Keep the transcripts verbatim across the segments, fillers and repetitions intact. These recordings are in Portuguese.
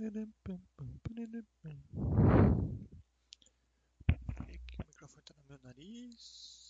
Aqui, o microfone tá no meu nariz.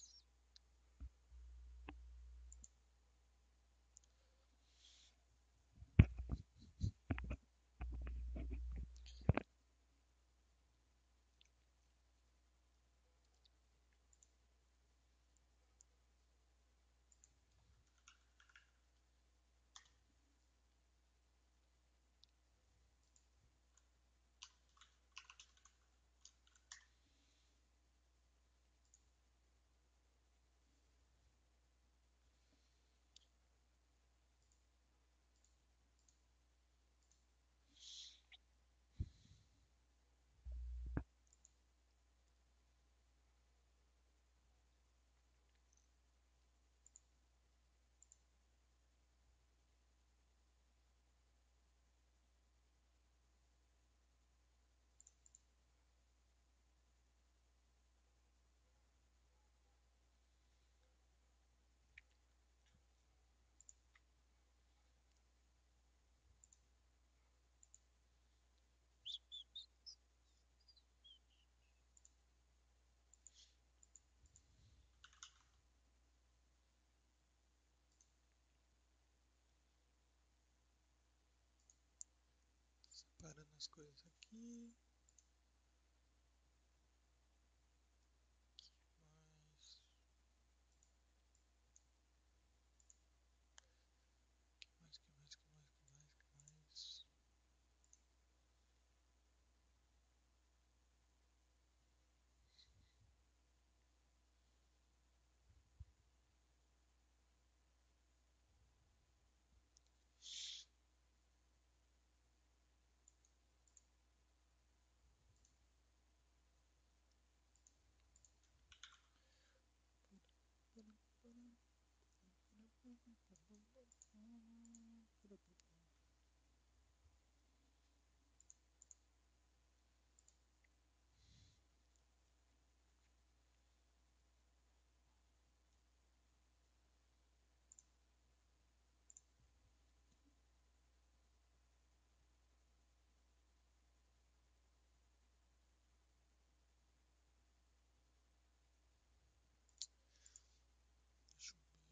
Separando as coisas aqui. Mais. Que mais, que mais, que mais, que mais, que mais. Deixa eu ver.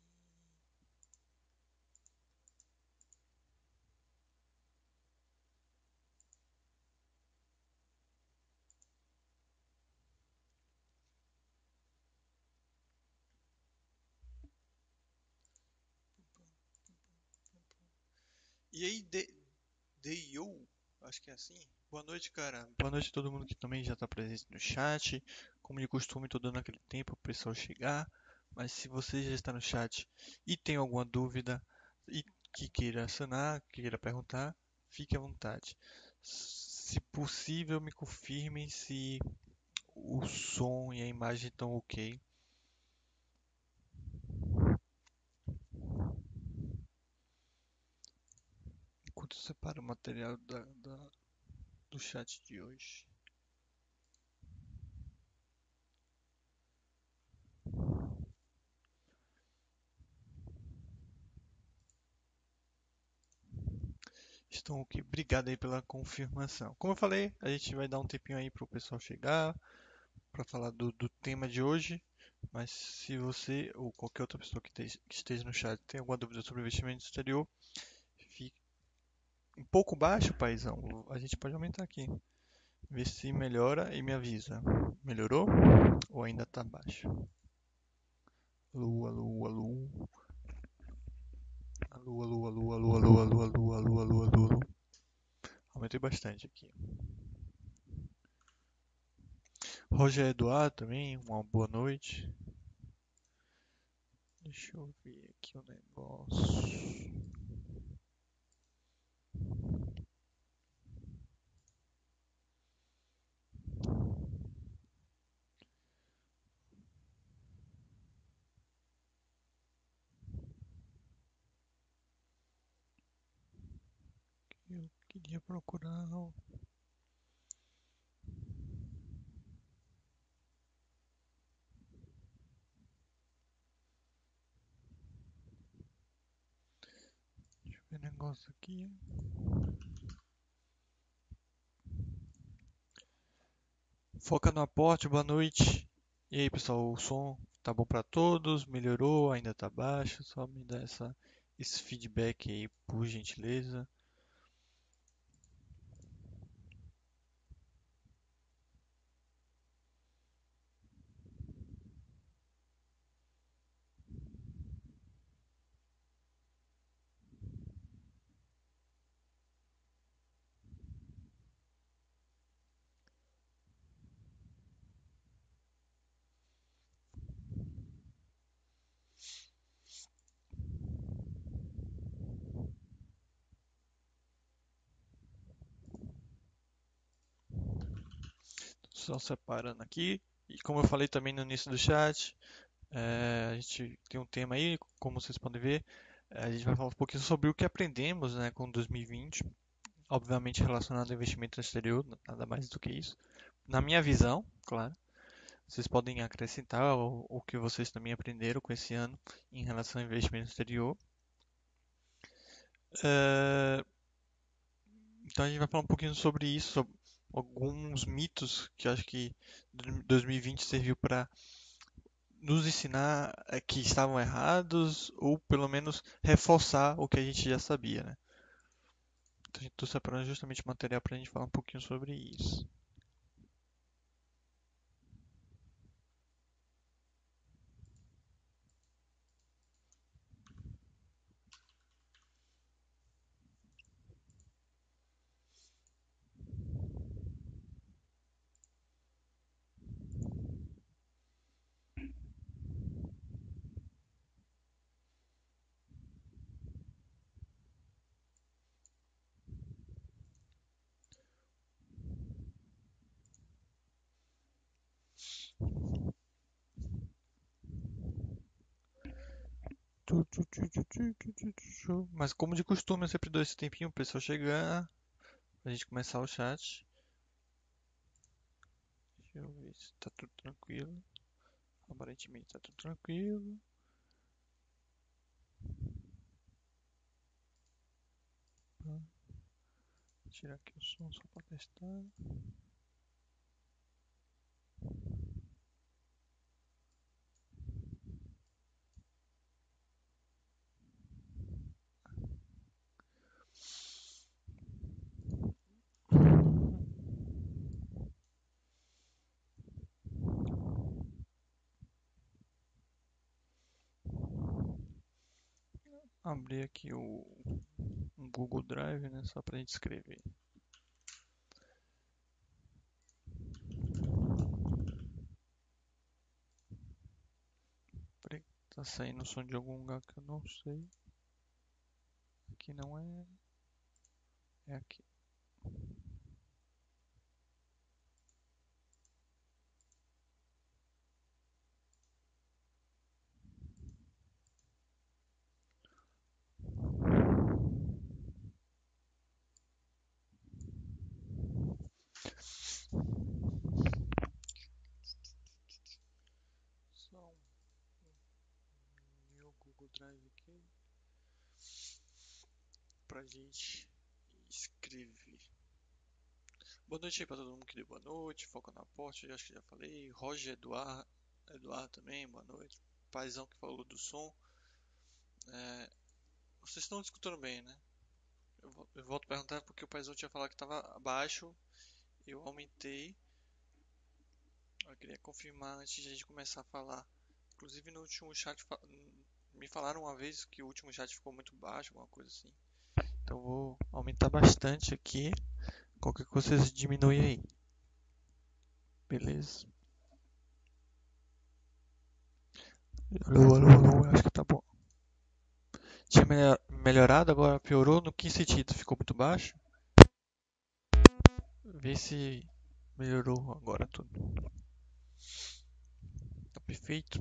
E aí, de, Deio, acho que é assim. Boa noite, cara. Boa noite a todo mundo que também já está presente no chat. Como de costume, estou dando aquele tempo para o pessoal chegar. Mas se você já está no chat e tem alguma dúvida e que queira sanar, que queira perguntar, fique à vontade. Se possível, me confirme se o som e a imagem estão ok. Enquanto eu separo o material da, da- do chat de hoje. Estão ok. Obrigado aí pela confirmação. Como eu falei, a gente vai dar um tempinho aí para o pessoal chegar, para falar do, do tema de hoje. Mas se você ou qualquer outra pessoa que, te, que esteja no chat tem alguma dúvida sobre investimento exterior, fique um pouco baixo, paizão. A gente pode aumentar aqui. Ver se melhora e me avisa. Melhorou? Ou ainda está baixo? Alô, alô, alô. Alô, alô, alô, alô, alô, alô, alô, alô, alô, alô, alô. Aumentei bastante aqui. Roger Eduardo também, uma boa noite. Deixa eu ver aqui o negócio. Eu queria procurar. Deixa eu ver o negócio aqui. Foca no aporte, boa noite. E aí, pessoal, o som tá bom para todos? Melhorou? Ainda tá baixo? Só me dá essa, esse feedback aí, por gentileza. Só separando aqui. E como eu falei também no início do chat, é, a gente tem um tema aí, como vocês podem ver. É, a gente vai falar um pouquinho sobre o que aprendemos, né, com dois mil e vinte. Obviamente relacionado ao investimento no exterior, nada mais do que isso. Na minha visão, claro. Vocês podem acrescentar o, o que vocês também aprenderam com esse ano em relação ao investimento exterior. É, então a gente vai falar um pouquinho sobre isso, sobre alguns mitos que eu acho que dois mil e vinte serviu para nos ensinar é, que estavam errados ou pelo menos reforçar o que a gente já sabia, né? Então a gente está separando justamente material para a gente falar um pouquinho sobre isso. Mas como de costume, eu sempre dou esse tempinho para o pessoal chegar, pra gente começar o chat. Deixa eu ver se tá tudo tranquilo. Aparentemente tá tudo tranquilo. Vou tirar aqui o som só para testar. Abrir aqui o um Google Drive, né, só pra gente escrever. Peraí, tá saindo o som de algum lugar que eu não sei. Aqui não é. É aqui. Só um meu Google Drive aqui pra gente escrever. Boa noite aí pra todo mundo que deu boa noite. Foca na porta, eu acho que já falei. Roger Eduardo, Eduardo também, boa noite. Paizão que falou do som. É, vocês estão escutando bem, né? Eu, vo- eu volto a perguntar porque o Paizão tinha falado que estava abaixo. Eu aumentei. Eu queria confirmar antes de a gente começar a falar. Inclusive no último chat fa- me falaram uma vez que o último chat ficou muito baixo, alguma coisa assim. Então vou aumentar bastante aqui. Qualquer coisa vocês diminuem aí. Beleza? Alô, alô, alô, acho que tá bom. Tinha melhor- melhorado, agora piorou. No que sentido? Ficou muito baixo? Vê se melhorou agora tudo. Tá perfeito.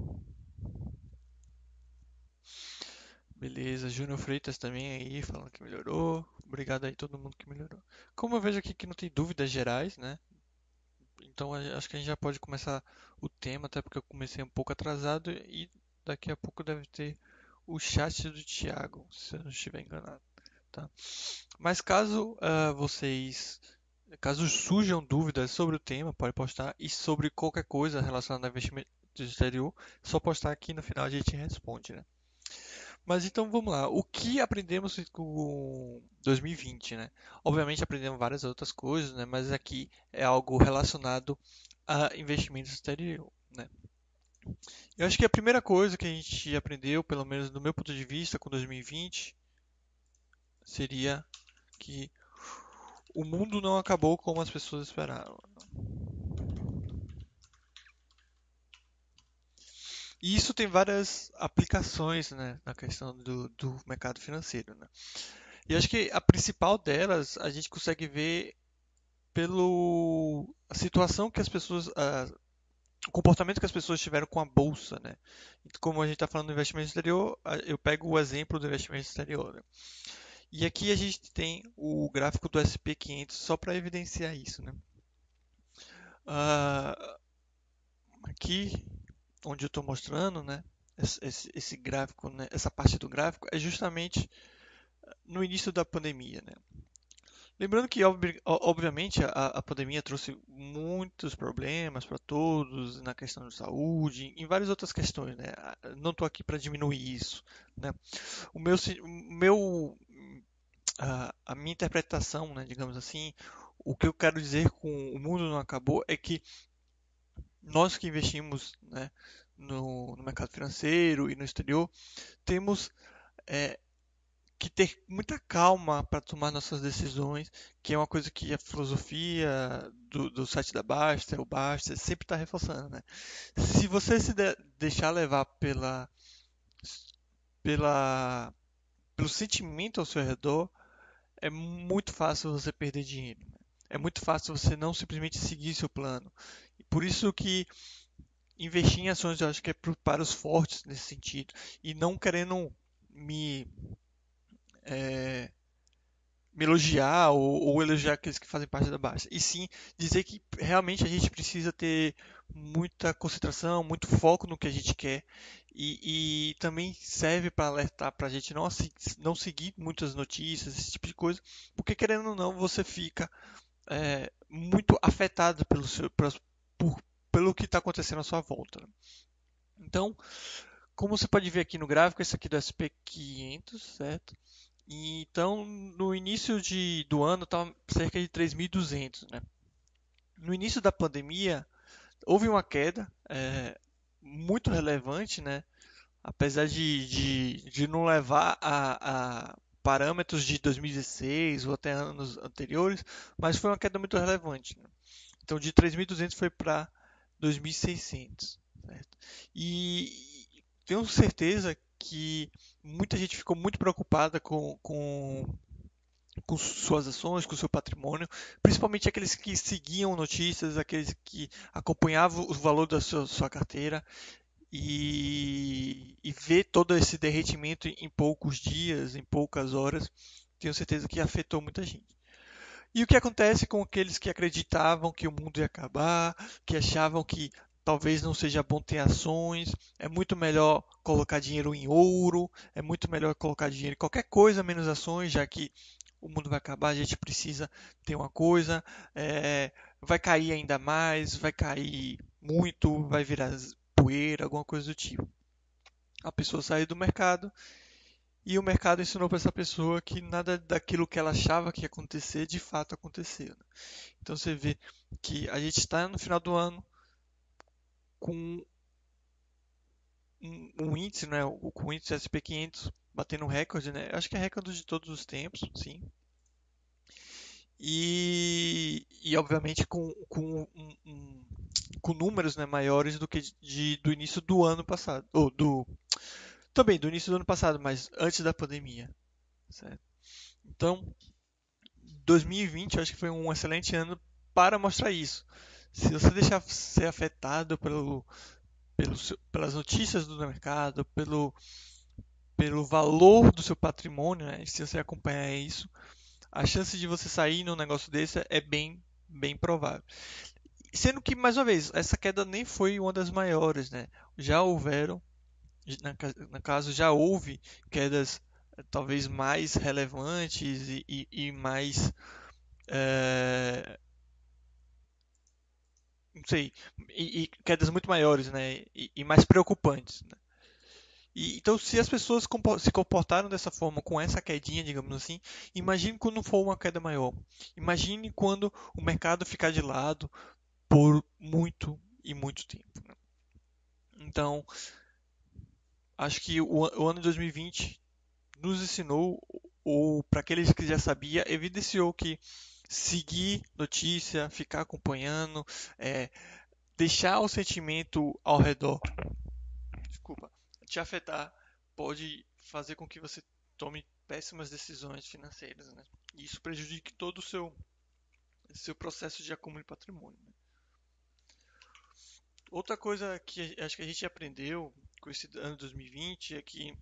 Beleza, Júnior Freitas também aí, falando que melhorou. Obrigado aí todo mundo que melhorou. Como eu vejo aqui que não tem dúvidas gerais, né? Então a- acho que a gente já pode começar o tema, até porque eu comecei um pouco atrasado e daqui a pouco deve ter o chat do Thiago, se eu não estiver enganado, tá? Mas caso ah, vocês Caso surjam dúvidas sobre o tema, pode postar. E sobre qualquer coisa relacionada a investimento exterior, só postar aqui no final a gente responde, né? Mas então vamos lá. O que aprendemos com dois mil e vinte, né? Obviamente aprendemos várias outras coisas, né? Mas aqui é algo relacionado a investimentos exterior, né? Eu acho que a primeira coisa que a gente aprendeu, pelo menos do meu ponto de vista, com dois mil e vinte, seria que o mundo não acabou como as pessoas esperavam. E isso tem várias aplicações, né, na questão do, do mercado financeiro, né? E acho que a principal delas a gente consegue ver pelo a situação que as pessoas, a- o comportamento que as pessoas tiveram com a bolsa, né? Então, como a gente está falando do investimento exterior, a- eu pego o exemplo do investimento exterior, né? E aqui a gente tem o gráfico do S P quinhentos só para evidenciar isso, né? Ah, aqui onde eu estou mostrando, né? Esse, esse- esse gráfico, né? Essa parte do gráfico é justamente no início da pandemia, né? Lembrando que, obvi- o- obviamente, a, a pandemia trouxe muitos problemas para todos na questão de saúde, em várias outras questões, né? Ah, não estou aqui para diminuir isso, né? O meu, se- o meu, a, a minha interpretação, né, digamos assim, o que eu quero dizer com o mundo não acabou é que nós que investimos, né, no, no mercado financeiro e no exterior, temos é, que ter muita calma para tomar nossas decisões, que é uma coisa que a filosofia do, do site da Basta, o Basta, sempre está reforçando, né? Se você se de- deixar levar pela, pela, pelo sentimento ao seu redor, é muito fácil você perder dinheiro, né? É muito fácil você não simplesmente seguir seu plano. Por isso que investir em ações eu acho que é pro- para os fortes nesse sentido. E não querendo me é, me elogiar ou, ou elogiar aqueles que fazem parte da base. E sim dizer que realmente a gente precisa ter muita concentração, muito foco no que a gente quer. E, e também serve para alertar para a gente não, assi- não seguir muitas notícias, esse tipo de coisa, porque querendo ou não, você fica é, muito afetado pelo, seu, pelas- por- pelo que está acontecendo à sua volta, né? Então, como você pode ver aqui no gráfico, esse aqui do S P quinhentos, certo? E, então, no início de, do ano, estava cerca de três mil e duzentos, né? No início da pandemia, houve uma queda é, muito relevante, né? Apesar de, de, de não levar a, a parâmetros de dois mil e dezesseis ou até anos anteriores, mas foi uma queda muito relevante, né? Então, de três mil e duzentos foi para dois mil e seiscentos, certo? E tenho certeza que muita gente ficou muito preocupada com, com com suas ações, com seu patrimônio, principalmente aqueles que seguiam notícias, aqueles que acompanhavam o valor da sua, sua carteira e, e ver todo esse derretimento em poucos dias, em poucas horas, tenho certeza que afetou muita gente. E o que acontece com aqueles que acreditavam que o mundo ia acabar, que achavam que talvez não seja bom ter ações, é muito melhor colocar dinheiro em ouro, é muito melhor colocar dinheiro em qualquer coisa menos ações, já que o mundo vai acabar, a gente precisa ter uma coisa, é, vai cair ainda mais, vai cair muito, vai virar poeira, alguma coisa do tipo. A pessoa saiu do mercado e o mercado ensinou para essa pessoa que nada daquilo que ela achava que ia acontecer de fato aconteceu, né? Então você vê que a gente está no final do ano com um, um índice, né? O, com o índice S P quinhentos batendo um recorde, né? Acho que é recorde de todos os tempos, sim. E, e obviamente com, com, um- um- com números, né, maiores do que de, do início do ano passado. Ou do, também do início do ano passado, mas antes da pandemia, certo? Então, dois mil e vinte eu acho que foi um excelente ano para mostrar isso. Se você deixar ser afetado pelo, pelo seu- pelas notícias do mercado, pelo, pelo valor do seu patrimônio, né? Se você acompanhar isso, a chance de você sair num negócio desse é bem, bem provável. Sendo que, mais uma vez, essa queda nem foi uma das maiores, né? Já houveram, na, na caso, já houve quedas eh, talvez mais relevantes e, e, e mais é, não sei, e, e quedas muito maiores, né? E, e mais preocupantes, né? E, então, se as pessoas compo- se comportaram dessa forma, com essa quedinha, digamos assim, imagine quando for uma queda maior. Imagine quando o mercado ficar de lado por muito e muito tempo, né? Então, acho que o, a- o ano de dois mil e vinte nos ensinou, ou para aqueles que já sabia, evidenciou que seguir notícia, ficar acompanhando, é, deixar o sentimento ao redor, desculpa, te afetar, pode fazer com que você tome péssimas decisões financeiras, né? E isso prejudique todo o seu, seu processo de acúmulo de patrimônio, né? Outra coisa que acho que a gente aprendeu com esse ano dois mil e vinte é que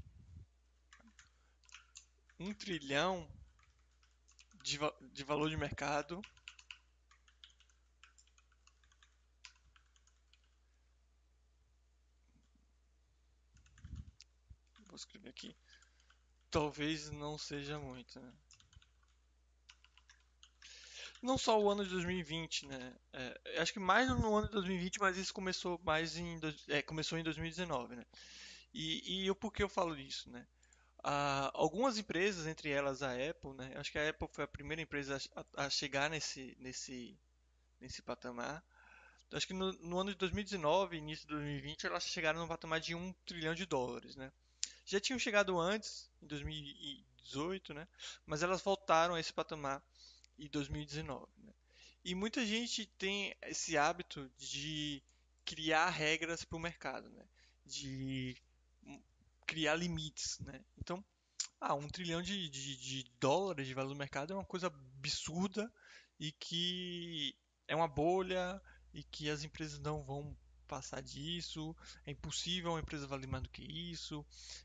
um trilhão de, de valor de mercado, vou escrever aqui, talvez não seja muito, né? Não só o ano de dois mil e vinte, né? É, acho que mais no ano de dois mil e vinte, mas isso começou mais em, é, começou em dois mil e dezenove, né? E, e o porquê eu falo isso, né? Ah, algumas empresas, entre elas a Apple, né? Acho que a Apple foi a primeira empresa a, a chegar nesse, nesse, nesse patamar. Acho que no, no ano de dois mil e dezenove, início de dois mil e vinte, elas chegaram no patamar de um trilhão de dólares, né? Já tinham chegado antes, em dois mil e dezoito, né? Mas elas voltaram a esse patamar em dois mil e dezenove, né? E muita gente tem esse hábito de criar regras para o mercado, né? De criar limites, né? Então, ah, um trilhão de, de, de dólares de valor do mercado é uma coisa absurda e que é uma bolha e que as empresas não vão passar disso. É impossível uma empresa valer mais do que isso.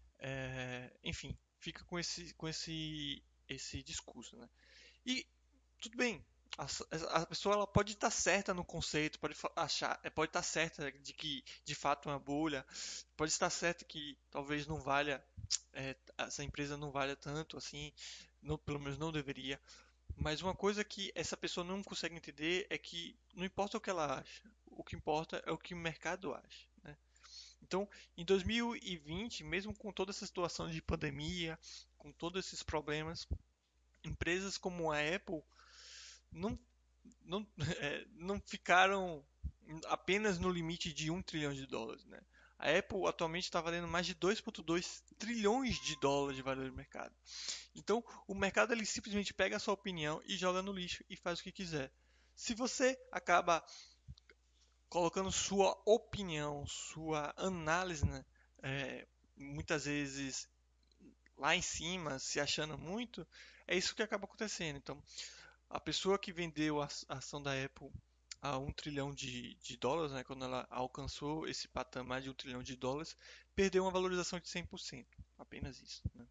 É, enfim, fica com esse, com esse, esse discurso, né? E tudo bem. A, a pessoa ela pode estar certa no conceito, pode achar, é, pode estar certa de que de fato é uma bolha, pode estar certa que talvez não valha, é, essa empresa não valha tanto assim, não, pelo menos não deveria. Mas uma coisa que essa pessoa não consegue entender é que não importa o que ela acha, o que importa é o que o mercado acha, né? Então, em dois mil e vinte, mesmo com toda essa situação de pandemia, com todos esses problemas, empresas como a Apple não, não, é, não ficaram apenas no limite de um trilhão de dólares, né? A Apple atualmente está valendo mais de dois vírgula dois trilhões de dólares de valor de mercado. Então, o mercado ele simplesmente pega a sua opinião e joga no lixo e faz o que quiser. Se você acaba colocando sua opinião, sua análise, né, é, muitas vezes lá em cima, se achando muito, é isso que acaba acontecendo. Então, a pessoa que vendeu a ação da Apple a um trilhão de, de dólares, né, quando ela alcançou esse patamar de um trilhão de dólares, perdeu uma valorização de cem por cento. Apenas isso, né?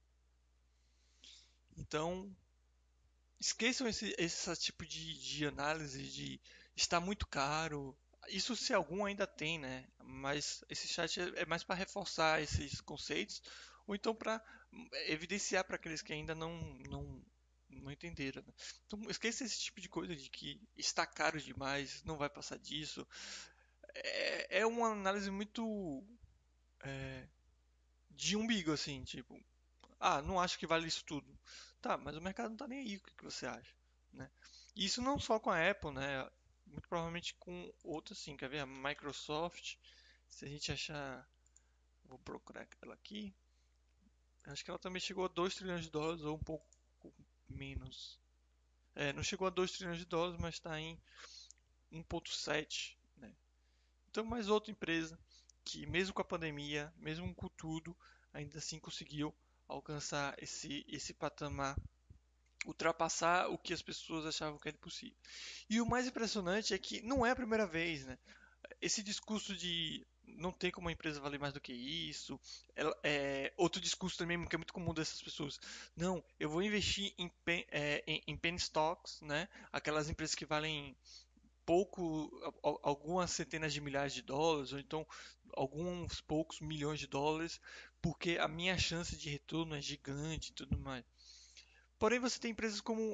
Então, esqueçam esse, esse tipo de, de análise de está muito caro. Isso se algum ainda tem, né? Mas esse chat é é mais para reforçar esses conceitos ou então para evidenciar para aqueles que ainda não, não, não entenderam, né? Então esqueça esse tipo de coisa de que está caro demais, não vai passar disso. É, é uma análise muito é, de umbigo, assim, tipo, ah, não acho que vale isso tudo. Tá, mas o mercado não tá nem aí, o que que você acha, né? E isso não só com a Apple, né? Muito provavelmente com outras sim. Quer ver? A Microsoft, se a gente achar, vou procurar ela aqui. Acho que ela também chegou a dois trilhões de dólares ou um pouco menos. É, não chegou a dois trilhões de dólares, mas está em um vírgula sete, né? Então, mais outra empresa que, mesmo com a pandemia, mesmo com tudo, ainda assim conseguiu alcançar esse, esse patamar, ultrapassar o que as pessoas achavam que era impossível. E o mais impressionante é que não é a primeira vez, né? Esse discurso de não tem como a empresa valer mais do que isso, ela- é, outro discurso também que é muito comum dessas pessoas. Não, eu vou investir em, pen, é, em, em penny stocks, né? Aquelas empresas que valem pouco, algumas centenas de milhares de dólares, ou então alguns poucos milhões de dólares, porque a minha chance de retorno é gigante e tudo mais. Porém, você tem empresas como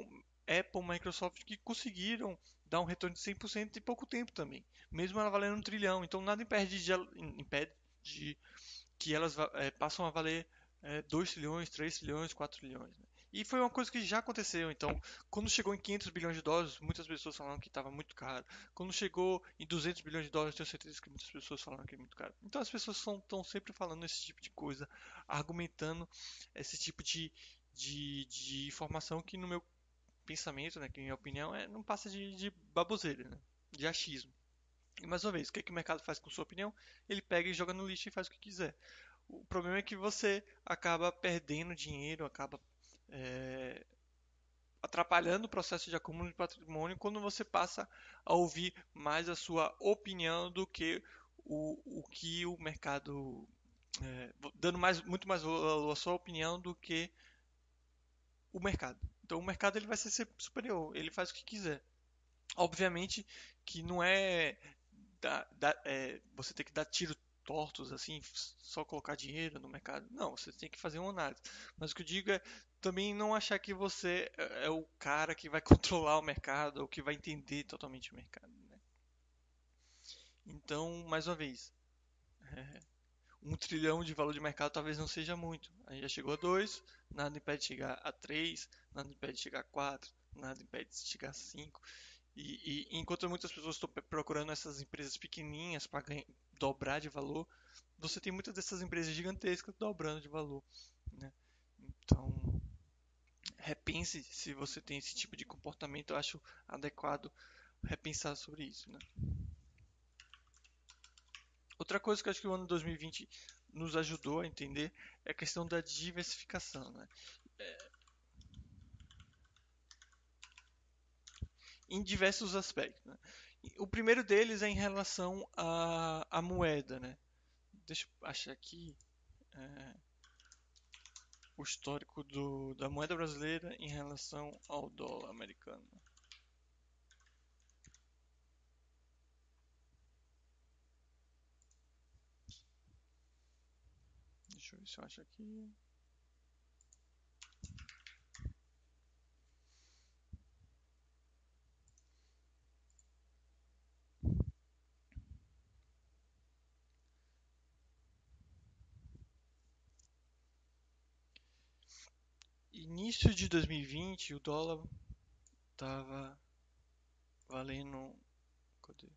Apple, Microsoft, que conseguiram dar um retorno de cem por cento em pouco tempo também, mesmo ela valendo um trilhão. Então nada impede de, impede de que elas é, passam a valer é, dois trilhões, três trilhões, quatro trilhões. Né? E foi uma coisa que já aconteceu. Então, quando chegou em quinhentos bilhões de dólares, muitas pessoas falaram que estava muito caro. Quando chegou em duzentos bilhões de dólares, tenho certeza que muitas pessoas falaram que é muito caro. Então, as pessoas estão sempre falando esse tipo de coisa, argumentando esse tipo de, de, de informação que, no meu pensamento, né, que minha opinião, é, não passa de, de baboseira, né, de achismo. E mais uma vez, o que, é que o mercado faz com sua opinião? Ele pega e joga no lixo e faz o que quiser. O problema é que você acaba perdendo dinheiro, acaba é, atrapalhando o processo de acúmulo de patrimônio quando você passa a ouvir mais a sua opinião do que o, o que o mercado. É, dando mais, muito mais valor à sua opinião do que o mercado. Então o mercado ele vai ser superior, ele faz o que quiser. Obviamente que não é, dar, dar, é você tem que dar tiro tortos assim, só colocar dinheiro no mercado. Não, você tem que fazer uma análise. Mas o que eu digo é também não achar que você é o cara que vai controlar o mercado ou que vai entender totalmente o mercado. Né? Então, mais uma vez, é, um trilhão de valor de mercado talvez não seja muito. A gente já chegou a dois, nada impede de chegar a três, nada impede de chegar a quatro, nada impede de chegar a cinco. E, e enquanto muitas pessoas estão procurando essas empresas pequenininhas para dobrar de valor, você tem muitas dessas empresas gigantescas dobrando de valor. Né? Então, repense se você tem esse tipo de comportamento. Eu acho adequado repensar sobre isso. Né? Outra coisa que eu acho que o ano dois mil e vinte nos ajudou a entender é a questão da diversificação. Né? Em diversos aspectos. Né? O primeiro deles é em relação à, à moeda. Né? Deixa eu achar aqui. É, o histórico do, da moeda brasileira em relação ao dólar americano. Deixa eu ver se eu acho aqui. Início de dois mil e vinte, o dólar tava valendo. Cadê?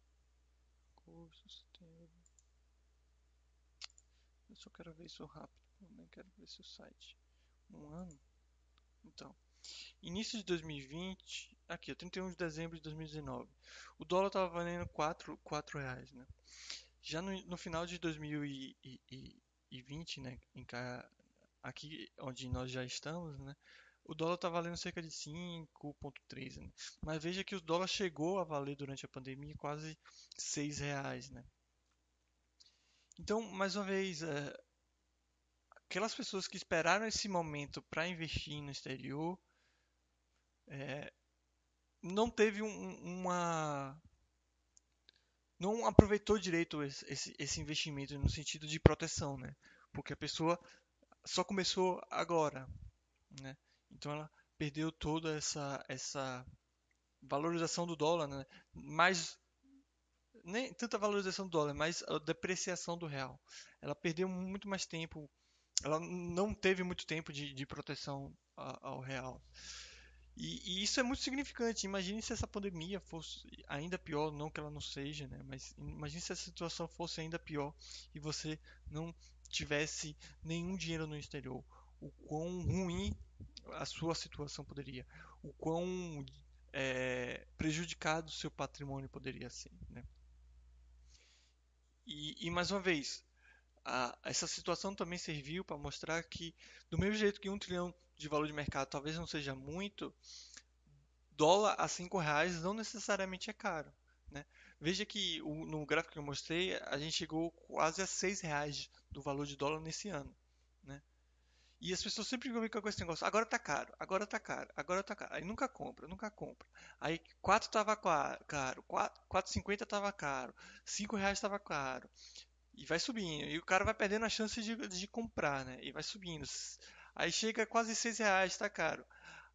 Eu só quero ver isso rápido. Eu nem quero ver se o site. Um ano? Então. Início de dois mil e vinte. Aqui, trinta e um de dezembro de dois mil e dezenove. O dólar tava valendo quatro, quatro reais, né? Já no, no final de dois mil e vinte, né? Em, aqui onde nós já estamos, né? O dólar está valendo cerca de cinco vírgula três, né? Mas veja que o dólar chegou a valer durante a pandemia quase seis reais, né? Então, mais uma vez, é, aquelas pessoas que esperaram esse momento para investir no exterior, é, não teve um, uma, não aproveitou direito esse, esse, esse investimento no sentido de proteção, né? Porque a pessoa só começou agora, né? Então ela perdeu toda essa essa valorização do dólar, né? Mais nem tanta valorização do dólar, mas a depreciação do real. Ela perdeu muito mais tempo, ela não teve muito tempo de, de proteção a, ao real. E, e, isso é muito significante. Imagine se essa pandemia fosse ainda pior, não que ela não seja, né? Mas imagine se essa situação fosse ainda pior e você não tivesse nenhum dinheiro no exterior. O quão ruim a sua situação poderia, o quão é, prejudicado o seu patrimônio poderia ser, né? E, e mais uma vez, a, essa situação também serviu para mostrar que, do mesmo jeito que um trilhão de valor de mercado talvez não seja muito, dólar a cinco reais não necessariamente é caro, né? Veja que o, no gráfico que eu mostrei, a gente chegou quase a seis reais do valor de dólar nesse ano, né? E as pessoas sempre ficam com esse negócio, agora tá caro, agora tá caro, agora tá caro. Aí nunca compra, nunca compra. Aí quatro tava caro, quatro e cinquenta tava caro, cinco reais tava caro. E vai subindo. E o cara vai perdendo a chance de, de comprar, né? E vai subindo. Aí chega a quase seis reais, tá caro.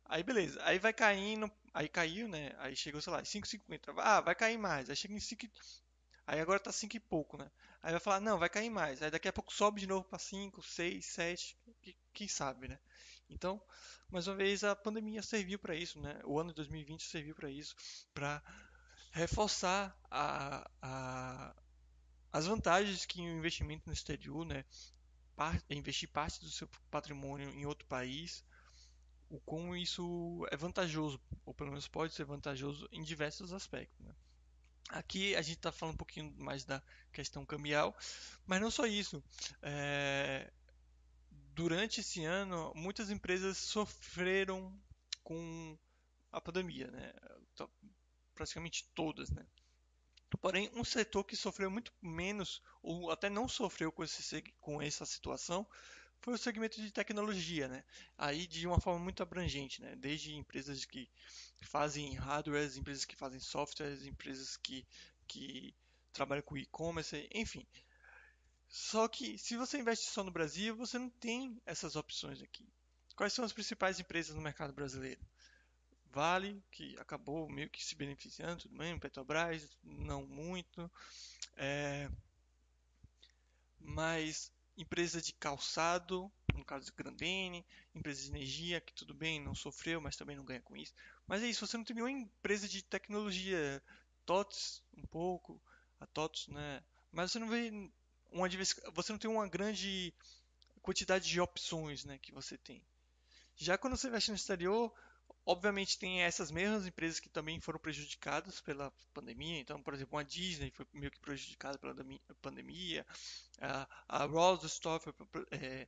Aí beleza, aí vai caindo, aí caiu, né? Aí chegou, sei lá, cinco e cinquenta. Ah, vai cair mais. Aí chega em cinco, aí agora tá cinco e pouco, né? Aí vai falar, não, vai cair mais. Aí daqui a pouco sobe de novo para cinco, seis, sete, que- quem sabe, né? Então, mais uma vez a pandemia serviu para isso, né? O ano de dois mil e vinte serviu para isso, para reforçar a, a- as vantagens que o investimento no exterior, né? Par- investir parte do seu patrimônio em outro país, o como isso é vantajoso, ou pelo menos pode ser vantajoso em diversos aspectos, né? Aqui a gente está falando um pouquinho mais da questão cambial, mas não só isso. É, durante esse ano, muitas empresas sofreram com a pandemia, né? Então, praticamente todas, né? Porém, um setor que sofreu muito menos, ou até não sofreu com, esse, com essa situação, foi o segmento de tecnologia, né? Aí de uma forma muito abrangente, né? Desde empresas que fazem hardwares, empresas que fazem softwares, empresas que, que trabalham com e-commerce, enfim. Só que se você investe só no Brasil, você não tem essas opções aqui. Quais são as principais empresas no mercado brasileiro? Vale, que acabou meio que se beneficiando, tudo bem, Petrobras, não muito, é, mas empresa de calçado, no caso de Grandene, empresa de energia, que tudo bem, não sofreu, mas também não ganha com isso. Mas é isso, você não tem nenhuma empresa de tecnologia, TOTS um pouco, a TOTS, né? Mas você não vê uma você não tem uma grande quantidade de opções, né, que você tem. Já quando você investe no exterior, obviamente tem essas mesmas empresas que também foram prejudicadas pela pandemia. Então, por exemplo, a Disney foi meio que prejudicada pela pandemia, a, a Rose Store foi, é,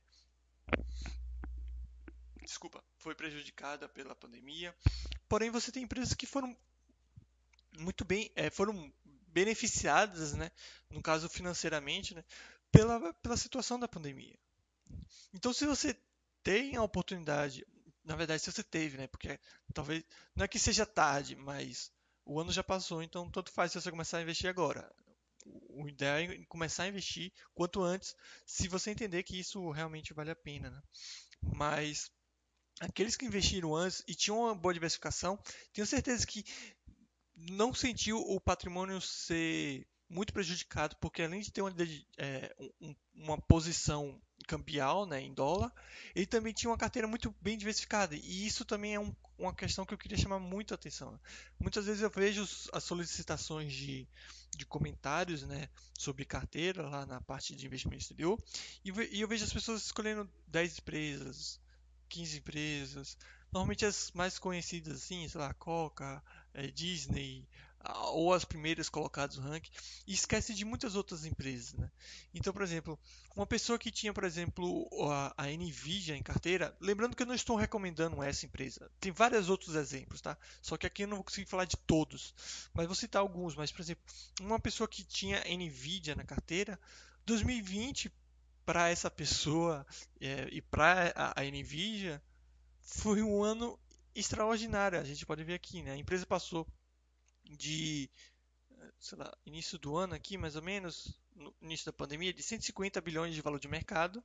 desculpa, foi prejudicada pela pandemia. Porém, você tem empresas que foram muito bem, é, foram beneficiadas, né, no caso financeiramente, né, pela, pela situação da pandemia. Então, se você tem a oportunidade, na verdade, se você teve, né, porque talvez não é que seja tarde, mas o ano já passou, então tanto faz se você começar a investir agora. O ideal é começar a investir quanto antes, se você entender que isso realmente vale a pena, né? Mas aqueles que investiram antes e tinham uma boa diversificação, tenho certeza que não sentiu o patrimônio ser muito prejudicado, porque além de ter uma, é, um, uma posição cambial, né, em dólar, ele também tinha uma carteira muito bem diversificada. E isso também é um, uma questão que eu queria chamar muito a atenção. Muitas vezes eu vejo as solicitações de, de comentários, né, sobre carteira lá na parte de investimento exterior, e, e eu vejo as pessoas escolhendo dez empresas, quinze empresas, normalmente as mais conhecidas assim, sei lá, Coca, é, Disney, ou as primeiras colocadas no ranking, e esquece de muitas outras empresas, né? Então, por exemplo, uma pessoa que tinha, por exemplo, a, a Nvidia em carteira, lembrando que eu não estou recomendando essa empresa, tem vários outros exemplos, tá? Só que aqui eu não vou conseguir falar de todos, mas vou citar alguns. Mas, por exemplo, uma pessoa que tinha Nvidia na carteira, dois mil e vinte para essa pessoa é, e para a, a Nvidia foi um ano extraordinário. A gente pode ver aqui, né? A empresa passou de, sei lá, início do ano aqui, mais ou menos, no início da pandemia, de cento e cinquenta bilhões de valor de mercado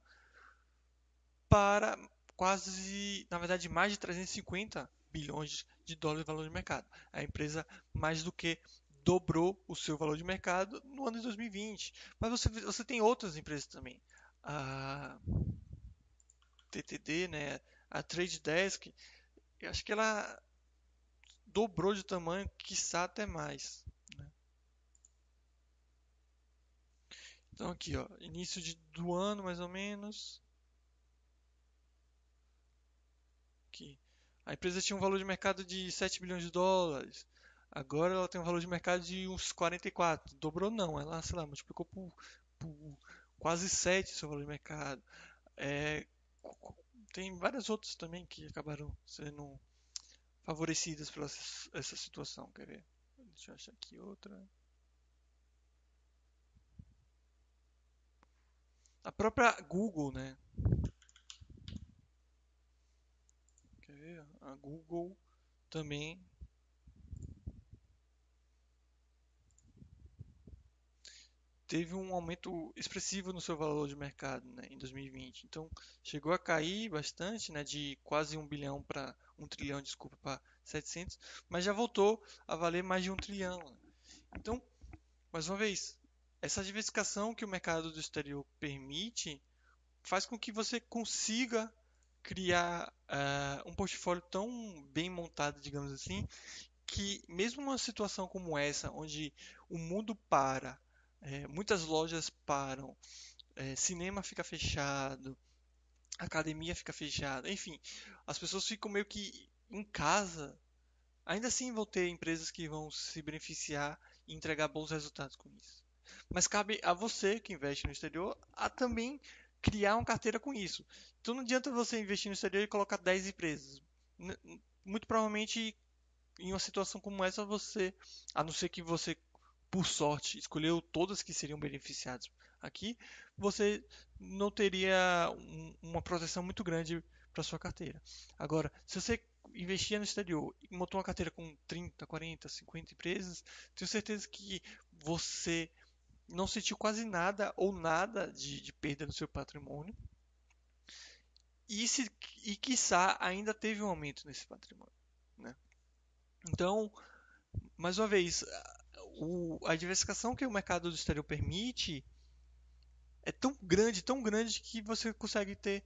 para quase, na verdade, mais de trezentos e cinquenta bilhões de dólares de valor de mercado. A empresa mais do que dobrou o seu valor de mercado no ano de dois mil e vinte. Mas você, você tem outras empresas também. A T T D, né? A Trade Desk, eu acho que ela dobrou de tamanho, quiçá até mais. Né? Então aqui, ó, início de, do ano mais ou menos. Aqui. A empresa tinha um valor de mercado de sete bilhões de dólares. Agora ela tem um valor de mercado de uns quarenta e quatro. Dobrou não, ela, sei lá, multiplicou por, por quase sete o seu valor de mercado. É, tem várias outras também que acabaram sendo favorecidas por essa, essa situação. Quer ver? Deixa eu achar aqui outra. A própria Google, né? Quer ver? A Google também teve um aumento expressivo no seu valor de mercado, né, em dois mil e vinte. Então, chegou a cair bastante, né, de quase um bilhão para um trilhão, desculpa, para setecentos, mas já voltou a valer mais de um trilhão, né? Então, mais uma vez, essa diversificação que o mercado do exterior permite faz com que você consiga criar uh, um portfólio tão bem montado, digamos assim, que mesmo numa situação como essa, onde o mundo para, é, muitas lojas param, é, cinema fica fechado, academia fica fechada, enfim, as pessoas ficam meio que em casa. Ainda assim vão ter empresas que vão se beneficiar e entregar bons resultados com isso. Mas cabe a você que investe no exterior a também criar uma carteira com isso. Então não adianta você investir no exterior e colocar dez empresas. Muito provavelmente em uma situação como essa você, a não ser que você por sorte escolheu todas que seriam beneficiadas aqui, você não teria um, uma proteção muito grande para sua carteira. Agora, se você investia no exterior e montou uma carteira com trinta, quarenta, cinquenta empresas, tenho certeza que você não sentiu quase nada ou nada de, de perda no seu patrimônio e, se, e quiçá ainda teve um aumento nesse patrimônio, né? Então, mais uma vez, o, a diversificação que o mercado do exterior permite é tão grande, tão grande que você consegue ter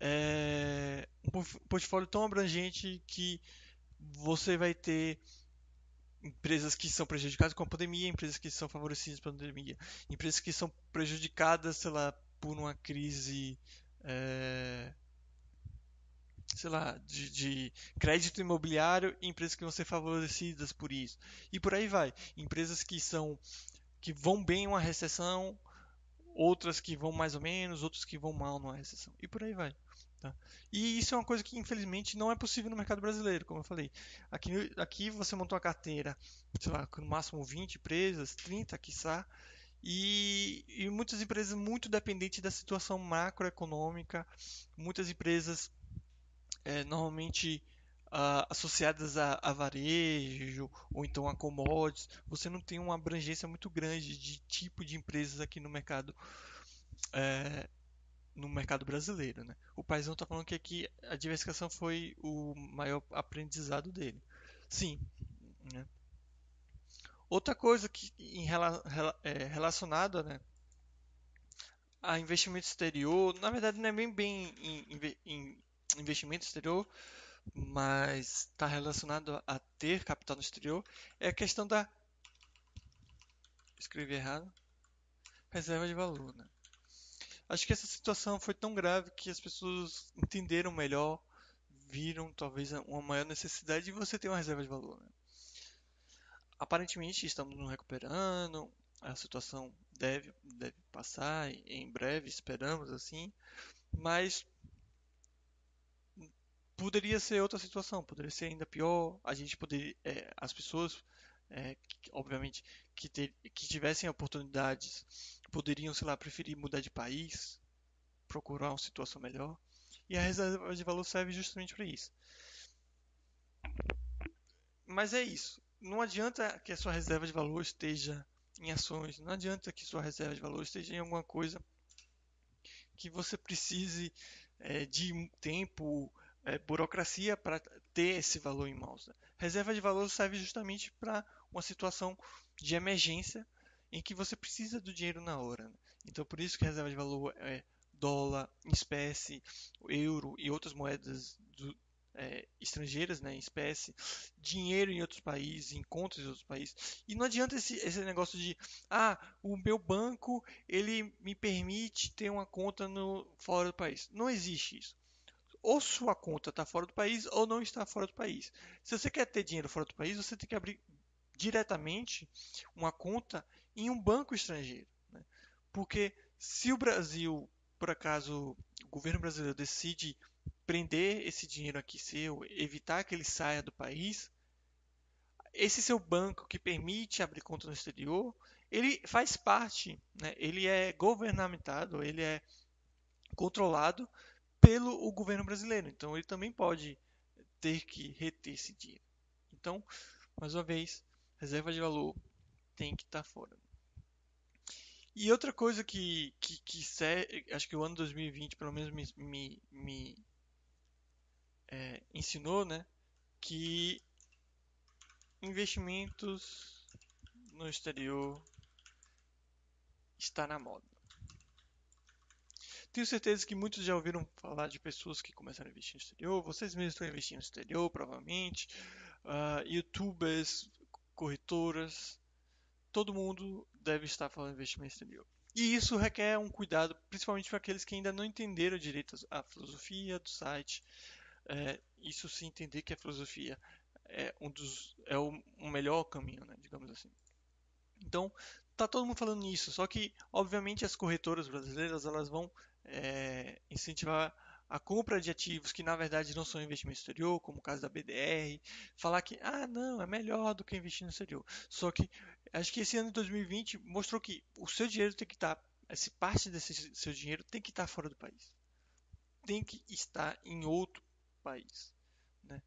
é, um portfólio tão abrangente que você vai ter empresas que são prejudicadas com a pandemia, empresas que são favorecidas pela pandemia, empresas que são prejudicadas, sei lá, por uma crise, é, sei lá, de, de crédito imobiliário, e empresas que vão ser favorecidas por isso. E por aí vai. Empresas que são que vão bem em uma recessão, outras que vão mais ou menos, outras que vão mal numa recessão. E por aí vai. Tá? E isso é uma coisa que infelizmente não é possível no mercado brasileiro, como eu falei. Aqui, aqui você montou uma carteira, sei lá, com no máximo vinte empresas, trinta quiçá, e, e muitas empresas muito dependentes da situação macroeconômica, muitas empresas é, normalmente ah, associadas a, a varejo ou então a commodities, você não tem uma abrangência muito grande de tipo de empresas aqui no mercado é, no mercado brasileiro, né? O Paizão está falando que aqui a diversificação foi o maior aprendizado dele. Sim, né? Outra coisa que em rela, rela, é, relacionada, né, a investimento exterior, na verdade não é bem bem em, em investimento exterior, mas está relacionado a ter capital no exterior, é a questão da, escrevi errado, reserva de valor, né? Acho que essa situação foi tão grave que as pessoas entenderam melhor, viram talvez uma maior necessidade de você ter uma reserva de valor, né? Aparentemente estamos nos recuperando, a situação deve, deve passar em breve, esperamos assim, mas poderia ser outra situação, poderia ser ainda pior. A gente poderia, é, as pessoas, é, que, obviamente, que, ter, que tivessem oportunidades poderiam, sei lá, preferir mudar de país, procurar uma situação melhor. E a reserva de valor serve justamente para isso. Mas é isso. Não adianta que a sua reserva de valor esteja em ações, não adianta que sua reserva de valor esteja em alguma coisa que você precise é, de tempo, é, burocracia para ter esse valor em mãos, né? Reserva de valor serve justamente para uma situação de emergência em que você precisa do dinheiro na hora, né? Então, por isso que a reserva de valor é dólar, espécie, euro e outras moedas do, é, estrangeiras, né, em espécie, dinheiro em outros países, em contas em outros países. E não adianta esse, esse negócio de, ah, o meu banco ele me permite ter uma conta no fora do país. Não existe isso. Ou sua conta está fora do país ou não está fora do país. Se você quer ter dinheiro fora do país, você tem que abrir diretamente uma conta em um banco estrangeiro, né? Porque se o Brasil, por acaso, o governo brasileiro decide prender esse dinheiro aqui seu, evitar que ele saia do país, esse seu banco que permite abrir conta no exterior, ele faz parte, né? Ele é governamentado, ele é controlado pelo o governo brasileiro. Então ele também pode ter que reter esse dinheiro. Então, mais uma vez, reserva de valor tem que estar fora. E outra coisa que, que, que sé- acho que o ano dois mil e vinte, pelo menos, me, me, me, é, ensinou, né? Que investimentos no exterior está na moda. Tenho certeza que muitos já ouviram falar de pessoas que começaram a investir no exterior. Vocês mesmos estão investindo no exterior, provavelmente. Ah, YouTubers, corretoras, todo mundo deve estar falando de investimento exterior. E isso requer um cuidado, principalmente para aqueles que ainda não entenderam direito a filosofia do site. É, isso se entender que a filosofia é um dos é o, o melhor caminho, né, digamos assim. Então, tá todo mundo falando nisso, só que, obviamente, as corretoras brasileiras elas vão é, incentivar a compra de ativos que, na verdade, não são investimento exterior, como o caso da B D R, falar que, ah, não, é melhor do que investir no exterior. Só que, acho que esse ano de dois mil e vinte mostrou que o seu dinheiro tem que estar, essa parte desse seu dinheiro tem que estar fora do país, tem que estar em outro país, né?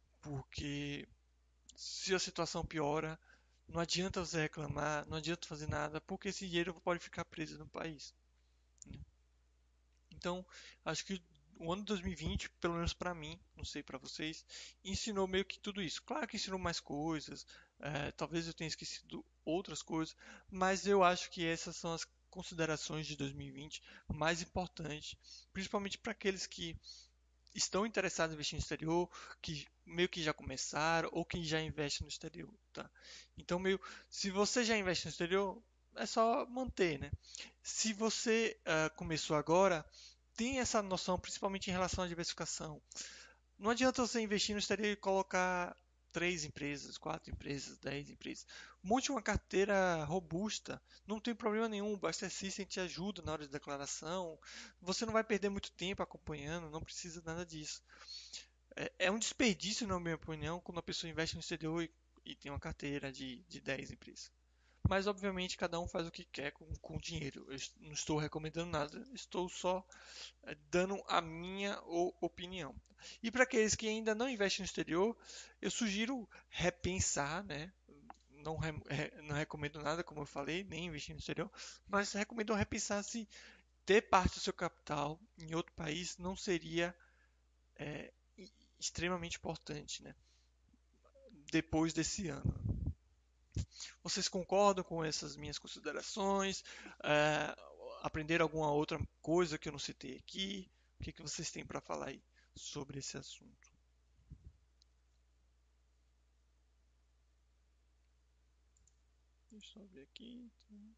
Porque se a situação piora, não adianta você reclamar, não adianta fazer nada, porque esse dinheiro pode ficar preso no país, né? Então, acho que o ano de dois mil e vinte, pelo menos para mim, não sei para vocês, ensinou meio que tudo isso. Claro que ensinou mais coisas, é, talvez eu tenha esquecido outras coisas, mas eu acho que essas são as considerações de dois mil e vinte mais importantes, principalmente para aqueles que estão interessados em investir no exterior, que meio que já começaram ou que já investem no exterior, tá? Então, meio, se você já investe no exterior, é só manter, né? Se você uh, começou agora, tem essa noção, principalmente em relação à diversificação. Não adianta você investir no exterior e colocar três empresas, quatro empresas, dez empresas. Monte uma carteira robusta, não tem problema nenhum. O Buster System te ajuda na hora de declaração. Você não vai perder muito tempo acompanhando, não precisa nada disso. É, é um desperdício, na minha opinião, quando a pessoa investe no exterior e, e tem uma carteira de, de dez empresas. Mas, obviamente, cada um faz o que quer com, com o dinheiro. Eu não estou recomendando nada, estou só é, dando a minha opinião. E para aqueles que ainda não investem no exterior, eu sugiro repensar, né? Não, re, não recomendo nada, como eu falei, nem investir no exterior, mas recomendo repensar se ter parte do seu capital em outro país não seria é, extremamente importante, né? Depois desse ano. Vocês concordam com essas minhas considerações? É, aprenderam alguma outra coisa que eu não citei aqui? O que, que vocês têm para falar aí sobre esse assunto? Deixa eu ver aqui.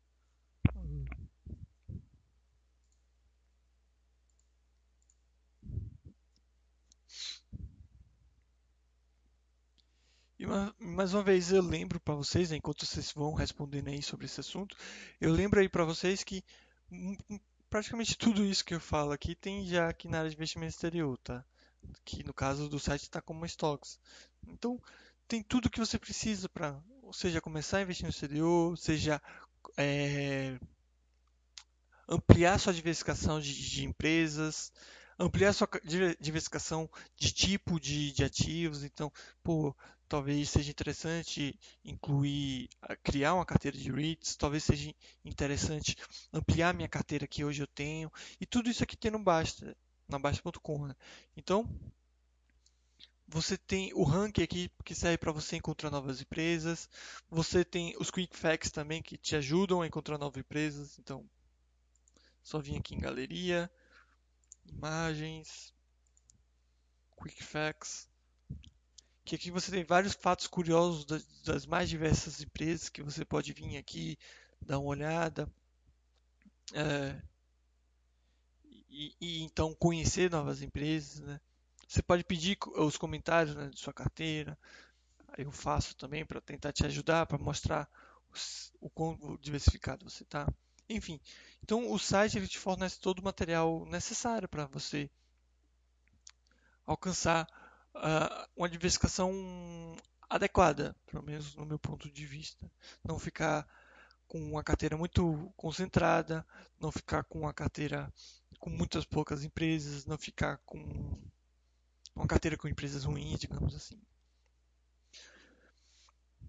E uma- mais uma vez eu lembro para vocês, né, enquanto vocês vão respondendo aí sobre esse assunto, eu lembro aí para vocês que hum, hum, praticamente tudo isso que eu falo aqui tem já aqui na área de investimento exterior, tá? Que no caso do site está como stocks. Então, tem tudo que você precisa para, ou seja, começar a investir no exterior, seja é, ampliar sua diversificação de, de empresas, ampliar sua diversificação de tipo de, de ativos. Então, pô, talvez seja interessante incluir, criar uma carteira de REITs, talvez seja interessante ampliar minha carteira que hoje eu tenho. E tudo isso aqui tem no Basta, na Basta ponto com, né? Então, você tem o ranking aqui que serve para você encontrar novas empresas. Você tem os Quick Facts também que te ajudam a encontrar novas empresas. Então, só vim aqui em galeria, imagens, Quick Facts, que aqui você tem vários fatos curiosos das, das mais diversas empresas que você pode vir aqui dar uma olhada é, e, e então conhecer novas empresas, né? Você pode pedir os comentários, né, de sua carteira. Eu faço também para tentar te ajudar, para mostrar os, o quão diversificado você está. Enfim, então o site ele te fornece todo o material necessário para você alcançar uh, uma diversificação adequada, pelo menos no meu ponto de vista. Não ficar com uma carteira muito concentrada, não ficar com uma carteira com muitas poucas empresas, não ficar com uma carteira com empresas ruins, digamos assim.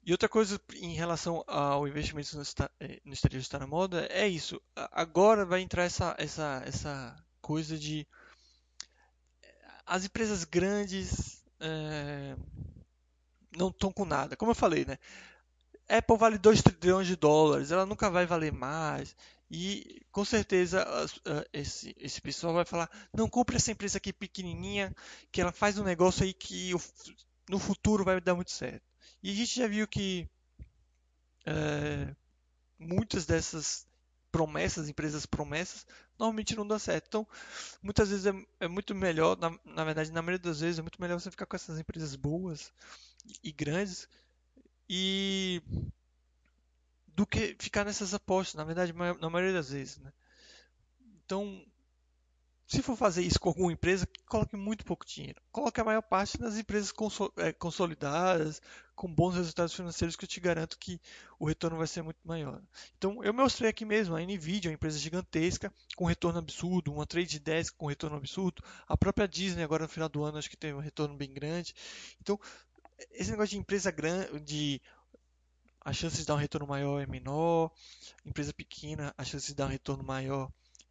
E outra coisa em relação ao investimento no, esta- eh, no exterior estar na moda é isso. A- Agora vai entrar essa, essa, essa coisa de as empresas grandes eh, não estão com nada. Como eu falei, né? Apple vale dois trilhões de dólares, ela nunca vai valer mais. E com certeza as- ah, esse, esse pessoal vai falar: não, compre essa empresa aqui pequenininha, que ela faz um negócio aí que o fu- no futuro vai dar muito certo. E a gente já viu que eh, muitas dessas promessas, empresas promessas, normalmente não dão certo. Então, muitas vezes é, é muito melhor, na, na verdade, na maioria das vezes, é muito melhor você ficar com essas empresas boas e, e grandes e do que ficar nessas apostas, na verdade, ma- na maioria das vezes, né? Então, se for fazer isso com alguma empresa, coloque muito pouco dinheiro. Coloque a maior parte nas empresas conso- eh, consolidadas, com bons resultados financeiros, que eu te garanto que o retorno vai ser muito maior. Então, eu mostrei aqui mesmo, a Nvidia, uma empresa gigantesca, com retorno absurdo, uma Trade Desk com retorno absurdo, a própria Disney agora no final do ano acho que teve um retorno bem grande. Então, esse negócio de empresa grande, de a chance de dar um retorno maior é menor, empresa pequena, a chance de dar um retorno maior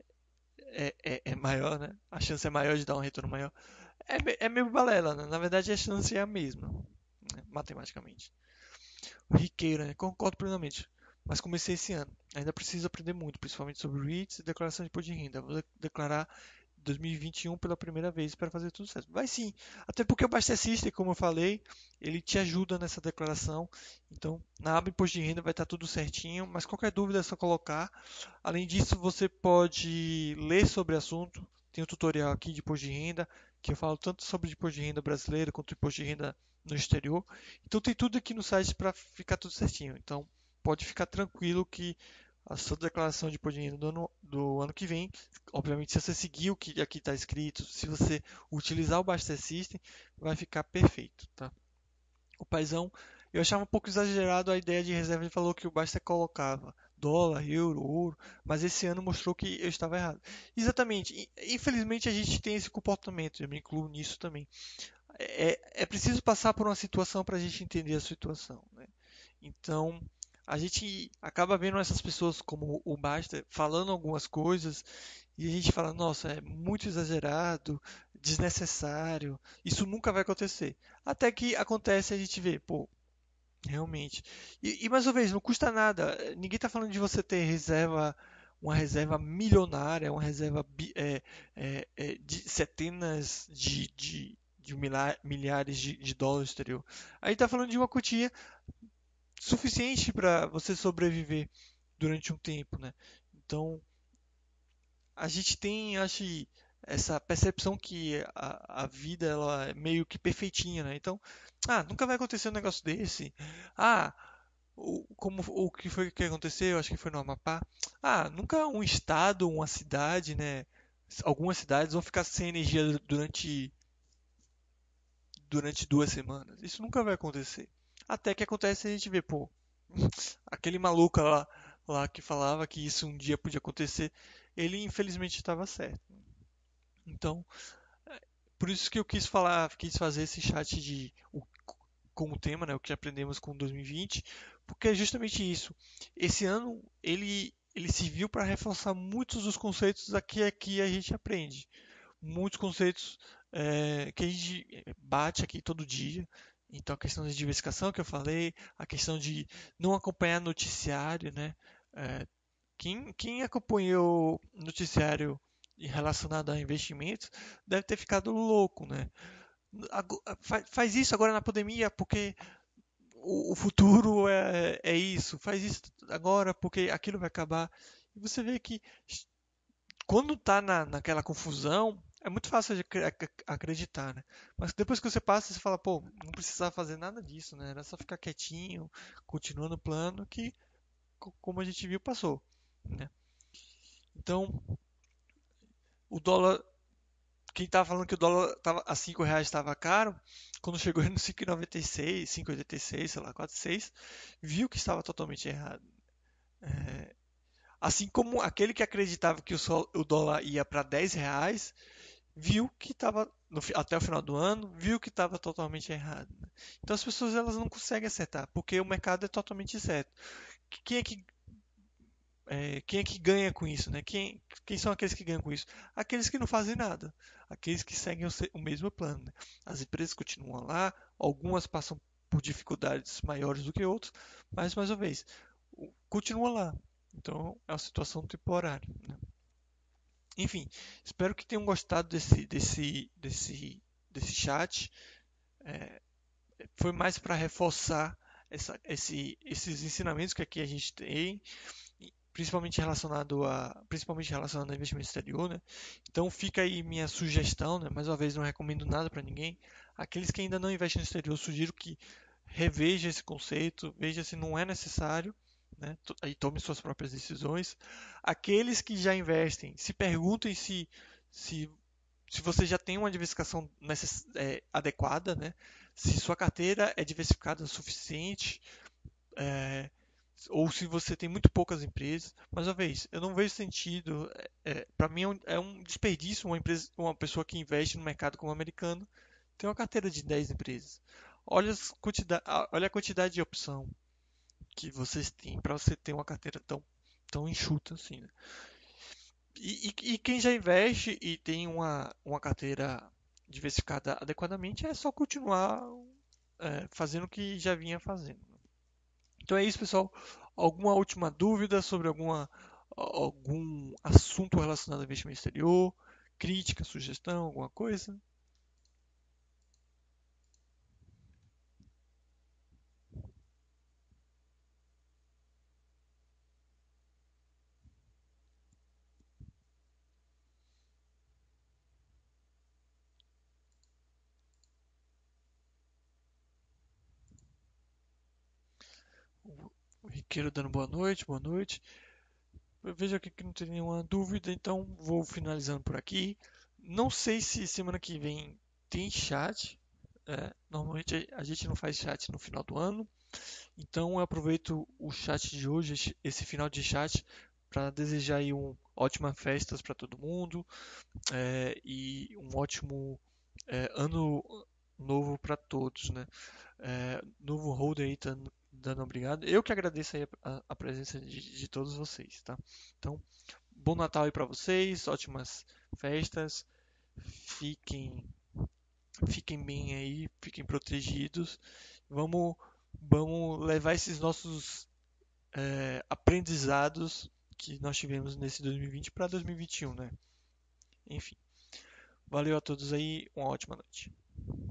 é, é, é maior, né? A chance é maior de dar um retorno maior. É, é meio balela, né? Na verdade, a chance é a mesma, né? Matematicamente. Riqueira, né? Concordo plenamente. Mas comecei esse ano. Ainda preciso aprender muito, principalmente sobre REITs e declaração de imposto de renda. Vou declarar dois mil e vinte e um pela primeira vez para fazer tudo certo. Vai sim, até porque o Basta System, como eu falei, ele te ajuda nessa declaração. Então, na aba imposto de renda vai estar tudo certinho, mas qualquer dúvida é só colocar. Além disso, você pode ler sobre o assunto. Tem um tutorial aqui de imposto de renda, que eu falo tanto sobre imposto de renda brasileiro quanto imposto de renda no exterior. Então tem tudo aqui no site para ficar tudo certinho. Então pode ficar tranquilo que a sua declaração de imposto de renda do ano, do ano que vem, obviamente, se você seguir o que aqui está escrito, se você utilizar o Baster System, vai ficar perfeito, tá? O paizão, eu achava um pouco exagerado a ideia de reserva. Ele falou que o Baster colocava dólar, euro, ouro, mas esse ano mostrou que eu estava errado. Exatamente. Infelizmente a gente tem esse comportamento, eu me incluo nisso também. É, é preciso passar por uma situação para a gente entender a situação, né? Então, a gente acaba vendo essas pessoas como o Basta falando algumas coisas e a gente fala, nossa, é muito exagerado, desnecessário, isso nunca vai acontecer. Até que acontece e a gente vê, pô, realmente. E, e mais uma vez, não custa nada. Ninguém está falando de você ter reserva, uma reserva milionária, uma reserva bi- é, é, é, de centenas de, de, de milha- milhares de, de dólares exterior. Aí está falando de uma quantia suficiente para você sobreviver durante um tempo, né? Então, a gente tem, acho, essa percepção que a, a vida ela é meio que perfeitinha, né? Então, ah, nunca vai acontecer um negócio desse. Ah, o, como o que foi que aconteceu? Acho que foi no Amapá. Ah, nunca um estado, uma cidade, né? Algumas cidades vão ficar sem energia durante durante duas semanas. Isso nunca vai acontecer. Até que acontece e a gente vê, pô, aquele maluco lá, lá que falava que isso um dia podia acontecer, ele infelizmente estava certo. Então, por isso que eu quis falar, quis fazer esse chat de o, com o tema, né, o que aprendemos com dois mil e vinte, porque é justamente isso. Esse ano ele ele serviu para reforçar muitos dos conceitos aqui aqui a gente aprende, muitos conceitos é, que a gente bate aqui todo dia. Então a questão de diversificação que eu falei, a questão de não acompanhar noticiário, né? É, quem, quem acompanhou noticiário relacionado a investimentos deve ter ficado louco, né? Ago- fa- Faz isso agora na pandemia porque o, o futuro é, é isso. Faz isso agora porque aquilo vai acabar. E você vê que quando tá na, naquela confusão, é muito fácil de acre- ac- acreditar, né? Mas depois que você passa, você fala, pô, não precisava fazer nada disso, né? Era só ficar quietinho, continuando o plano que, co- como a gente viu, passou, né? Então, o dólar, quem tava falando que o dólar tava a cinco reais estava caro, quando chegou no cinco e noventa e seis, cinco e oitenta e seis, sei lá, quatro e seis, viu que estava totalmente errado. É, assim como aquele que acreditava que o, sol- o dólar ia para dez reais, viu que estava até o final do ano, viu que estava totalmente errado, né? Então as pessoas elas não conseguem acertar, porque o mercado é totalmente certo. Quem é que é, quem é que ganha com isso, né? Quem, quem são aqueles que ganham com isso? Aqueles que não fazem nada, aqueles que seguem o, se- o mesmo plano, né? As empresas continuam lá, algumas passam por dificuldades maiores do que outras, mas mais uma vez, o- continua lá. Então é uma situação temporária, né? Enfim, espero que tenham gostado desse, desse, desse, desse chat. Foi mais para reforçar essa, esse, esses ensinamentos que aqui a gente tem, principalmente relacionado a, principalmente relacionado ao investimento exterior, né? Então fica aí minha sugestão, né? Mais uma vez não recomendo nada para ninguém. Aqueles que ainda não investem no exterior, sugiro que reveja esse conceito, veja se não é necessário, né? Aí tome suas próprias decisões. Aqueles que já investem, se perguntem se se se você já tem uma diversificação necess, é, adequada, né? Se sua carteira é diversificada o suficiente, é, ou se você tem muito poucas empresas. Mais uma vez, eu não vejo sentido. É, é, para mim é um, é um desperdício uma, empresa, uma pessoa que investe no mercado como americano ter uma carteira de dez empresas. Olha, as quantidade, olha a quantidade de opção que vocês têm para você ter uma carteira tão, tão enxuta assim, né? E, e, e quem já investe e tem uma, uma carteira diversificada adequadamente é só continuar é, fazendo o que já vinha fazendo. Então é isso, pessoal. Alguma última dúvida sobre alguma, algum assunto relacionado ao investimento exterior? Crítica, sugestão, alguma coisa? O Riqueiro dando boa noite, boa noite. Eu vejo aqui que não tem nenhuma dúvida, então vou finalizando por aqui. Não sei se semana que vem tem chat. É, normalmente a gente não faz chat no final do ano, então eu aproveito o chat de hoje, esse final de chat, para desejar aí um ótimas festas para todo mundo, é, e um ótimo é, ano novo para todos, né? É, novo holder aí tá dando obrigado. Eu que agradeço aí a, a presença de, de todos vocês, tá? Então, bom Natal aí para vocês, ótimas festas, fiquem, fiquem bem aí, fiquem protegidos. Vamos, vamos levar esses nossos é, aprendizados que nós tivemos nesse dois mil e vinte para dois mil e vinte e um, né? Enfim, valeu a todos aí, uma ótima noite.